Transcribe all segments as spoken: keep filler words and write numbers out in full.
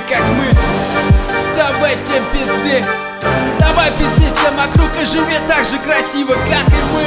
как мы. Давай всем пизды, давай пизды всем вокруг и живи так же красиво, как и мы.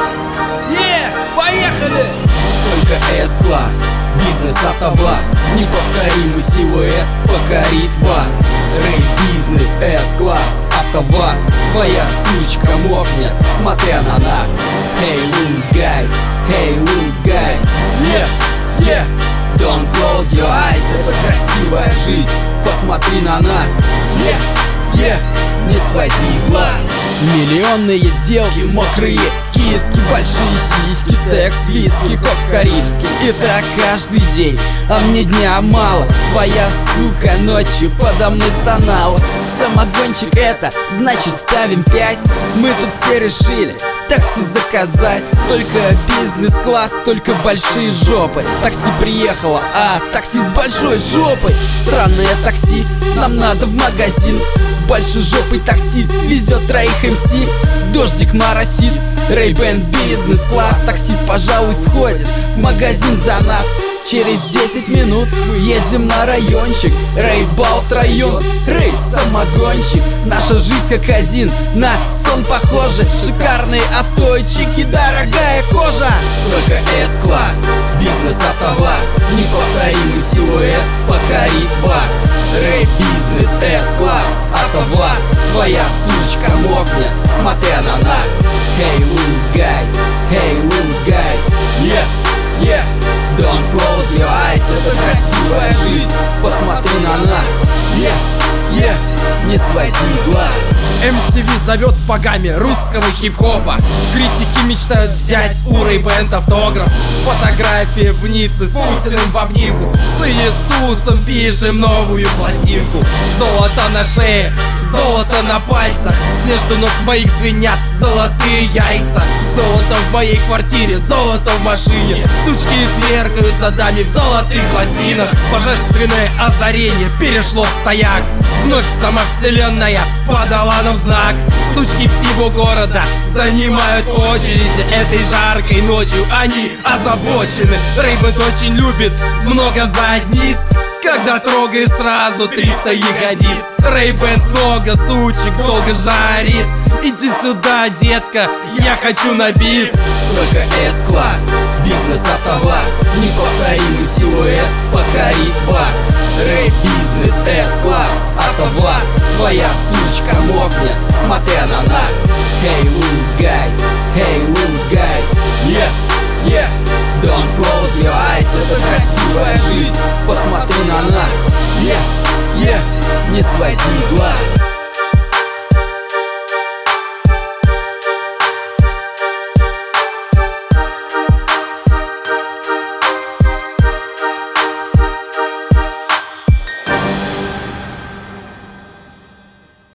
Е, поехали! Только С-класс, бизнес АвтоВАЗ, неповторимый силуэт покорит вас. Рейд-бизнес, С-класс, АвтоВАЗ, твоя сучка мокнет, смотря на нас. Hey look guys, hey look guys, Yeah, yeah. don't close your eyes, это красивая жизнь, посмотри на нас. Yeah, yeah. Не своди глаз. Миллионные сделки, мокрые киски, большие сиськи, секс, виски, кокс карибский. И так каждый день, а мне дня мало. Твоя сука ночью подо мной стонала. Самогончик это, значит ставим пять. Мы тут все решили такси заказать. Только бизнес-класс, только большие жопы. Такси приехало, а такси с большой жопой. Странное такси, нам надо в магазин. Большежопый таксист везет троих эм си. Дождик моросит, Ray-Ban бизнес-класс. Таксист, пожалуй, сходит в магазин за нас. Через десять минут едем на райончик. Рэй-Балт район, Рэй самогончик. Наша жизнь как один, на сон похоже. Шикарные авто и чики, дорогая кожа. Только С-класс, бизнес АвтоВАЗ, неповторимый силуэт покорит вас. Рэй-бизнес, С-класс, АвтоВАЗ, твоя сучка мокнет, смотря на нас. Hey look guys, hey look guys, Yeah, yeah. don't close your eyes, это красивая жизнь, посмотри на нас. Yeah, yeah. Не своди глаз. эм ти ви зовет богами русского хип-хопа. Критики мечтают взять у Ray-Ban автограф. Фотографии в Ницце с Путиным в обнимку. С Иисусом пишем новую пластинку. Золото на шее, золото на пальцах. Между ног моих звенят золотые яйца. Золото в моей квартире, золото в машине. Сучки тверкают за дами в золотых лосинах. Божественное озарение перешло в стояк. Вновь сама вселенная подала нам знак. Сучки всего города занимают очереди. Этой жаркой ночью они озабочены. Ray-Ban очень любит много задниц. Когда трогаешь сразу триста ягодиц. Ray-Ban много сучек долго жарит. Иди сюда, детка, я хочу на бис. Только С-класс, бизнес АвтоВАЗ, неповторимый силуэт покорит вас. Рэй-бизнес, С-класс, АвтоВАЗ, твоя сучка мокнет, смотря на нас. Hey look guys, hey look guys, Yeah, yeah. don't close your eyes, это красивая жизнь, посмотри на нас. Yeah, yeah. Не своди глаз.